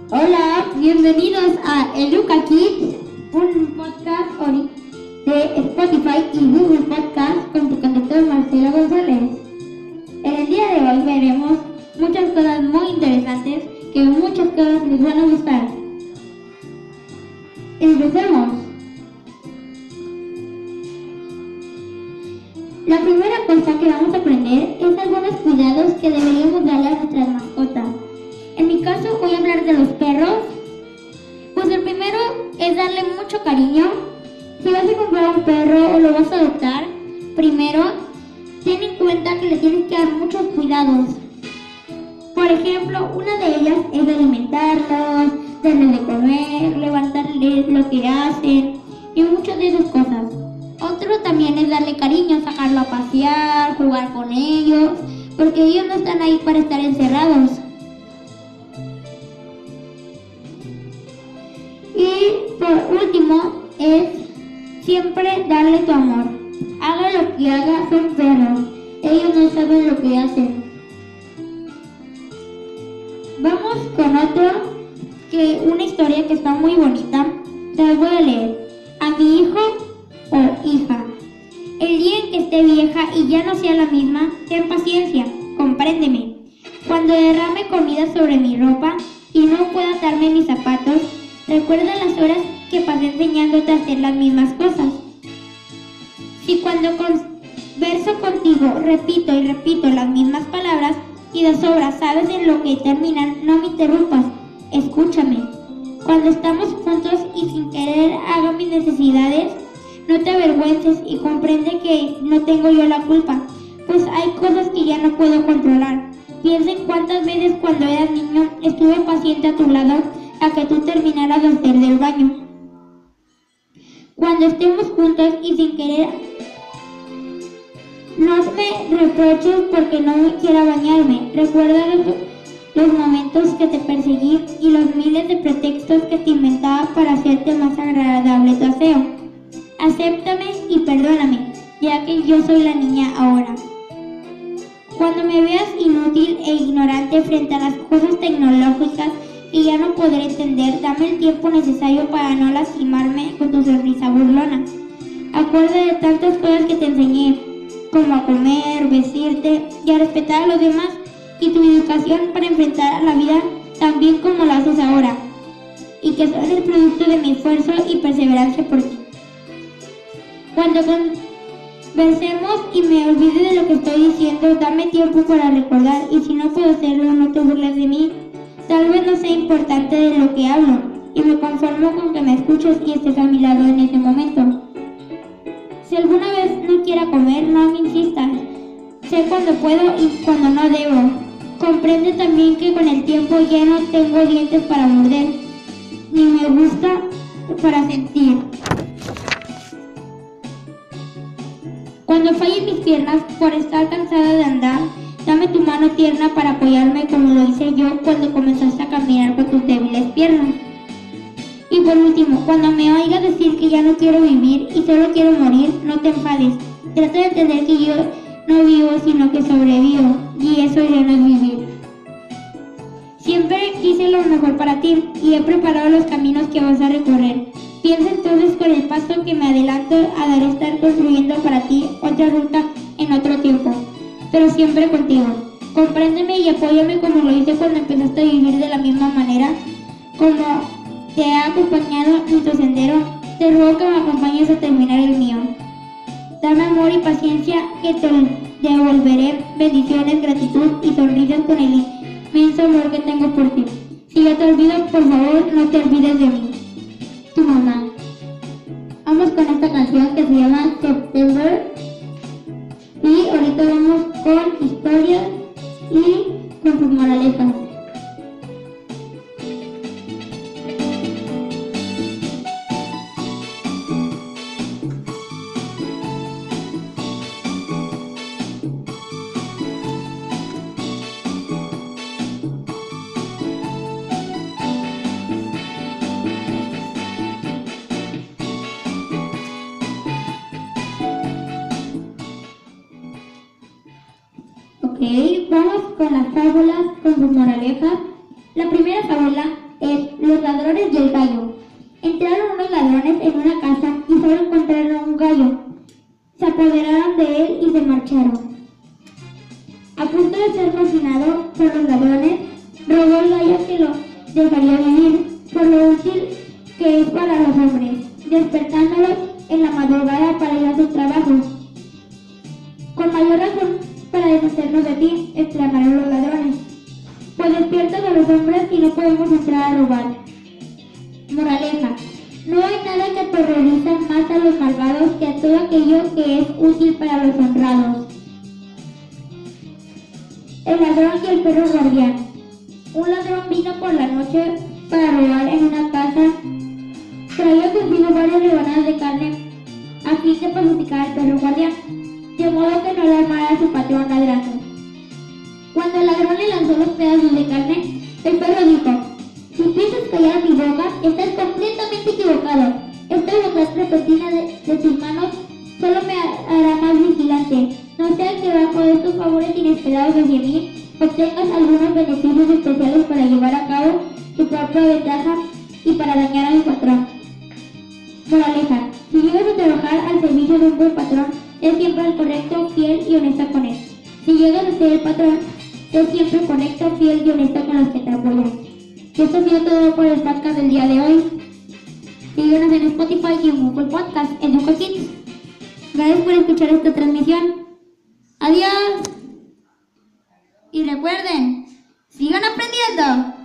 Hola, bienvenidos a Educa Kids, un podcast de Spotify y Google Podcast con tu conductor Marcelo González. En el día de hoy veremos muchas cosas muy interesantes que muchas cosas les van a gustar. Empecemos. La primera cosa que vamos a aprender es algunos cuidados que deberíamos darle a nuestras mascotas. En mi caso voy a hablar de los perros. Pues el primero es darle mucho cariño. Si vas a comprar un perro o lo vas a adoptar, primero ten en cuenta que le tienes que dar muchos cuidados. Por ejemplo, una de ellas es alimentarlos, darles de comer, levantarles lo que hacen y muchas de esas cosas. Otro también es darle cariño, sacarlo a pasear, jugar con ellos, porque ellos no están ahí para estar encerrados. Y por último es siempre darle tu amor. Haga lo que haga, son perros. Ellos no saben lo que hacen. Vamos con una historia que está muy bonita. Se las voy a leer. A mi hijo o hija. El día en que esté vieja y ya no sea la misma, ten paciencia, compréndeme. Cuando derrame comida sobre mi ropa y no pueda atarme mis zapatos, recuerda las horas que pasé enseñándote a hacer las mismas cosas. Si cuando converso contigo repito y repito las mismas palabras y de sobra sabes en lo que terminan, no me interrumpas, escúchame. Cuando estamos juntos y sin querer hago mis necesidades, no te avergüences y comprende que no tengo yo la culpa, pues hay cosas que ya no puedo controlar. Piensa en cuántas veces cuando eras niño estuve paciente a tu lado a que tú terminaras de hacer del baño. Cuando estemos juntos y sin querer, no me reproches porque no quiera bañarme. Recuerda los momentos que te perseguí y los miles de pretextos que te inventaba para hacerte más agradable tu aseo. Acéptame y perdóname, ya que yo soy la niña ahora. Cuando me veas inútil e ignorante frente a las cosas tecnológicas que ya no podré entender, dame el tiempo necesario para no lastimarme con tu sonrisa burlona. Acuérdate de tantas cosas que te enseñé, como a comer, vestirte y a respetar a los demás, y tu educación para enfrentar a la vida tan bien como lo haces ahora, y que son el producto de mi esfuerzo y perseverancia por ti. Cuando conversemos y me olvide de lo que estoy diciendo, dame tiempo para recordar, y si no puedo hacerlo, no te burles de mí. Tal vez no sea importante de lo que hablo, y me conformo con que me escuches y estés a mi lado en ese momento. Si alguna vez no quiera comer, no me insistas. Sé cuando puedo y cuando no debo. Comprende también que con el tiempo ya no tengo dientes para morder, ni me gusta para sentir. Cuando fallen mis piernas por estar cansada de andar, dame tu mano tierna para apoyarme como lo hice yo cuando comenzaste a caminar con tus débiles piernas. Y por último, cuando me oigas decir que ya no quiero vivir y solo quiero morir, no te enfades. Trata de entender que yo no vivo sino que sobrevivo, y eso ya no es vivir. Siempre quise lo mejor para ti y he preparado los caminos que vas a recorrer. Piensa entonces con el paso que me adelanto a dar estar construyendo para ti otra ruta en otro tiempo, pero siempre contigo. Compréndeme y apóyame como lo hice cuando empezaste a vivir de la misma manera, como te ha acompañado en tu sendero. Te ruego que me acompañes a terminar el mío. Dame amor y paciencia que te devolveré bendiciones, gratitud y sonrisas con el inmenso amor que tengo por ti. Si yo te olvido, por favor, no te olvides de mí. Tu mamá. Vamos con esta canción que se llama September. Y ahorita vamos con historias y con sus moralejas. Ok, vamos con las fábulas con sus moralejas. La primera fábula es Los ladrones y el gallo. Entraron unos ladrones en una casa y solo encontraron un gallo. Se apoderaron de él y se marcharon. A punto de ser cocinado por los ladrones, rogó el gallo que lo dejaría vivir por lo útil que es para los hombres, despertándolos en la madrugada para ir a sus trabajos. Con mayor razón para deshacernos de ti, exclamaron los ladrones, pues despiertas a los hombres y no podemos entrar a robar. Moraleja: no hay nada que aterroriza más a los malvados que a todo aquello que es útil para los honrados. El ladrón y el perro guardián. Un ladrón vino por la noche para robar en una casa. Traía consigo varias rebanadas de carne a fin de pacificar al perro guardián, de modo que no alarmara a su patrón ladrando. Cuando el ladrón le lanzó los pedazos de carne, el perro dijo: si piensas callar mi boca, estás completamente equivocado. Esta bondad repentina de tus manos solo me hará más vigilante. No sea que bajo estos favores inesperados hacia mí obtengas algunos beneficios especiales para llevar a cabo tu propia ventaja y para dañar a mi patrón. Moraleja: si llegas a trabajar al servicio de un buen patrón, sé siempre el correcto, fiel y honesto con él. Si llegas a ser el patrón, sé siempre correcto, fiel y honesto con los que te apoyan. Y esto ha sido todo por el podcast del día de hoy. Síguenos en Spotify y en Google Podcast, Educa Kids. Gracias por escuchar esta transmisión. Adiós. Y recuerden, sigan aprendiendo.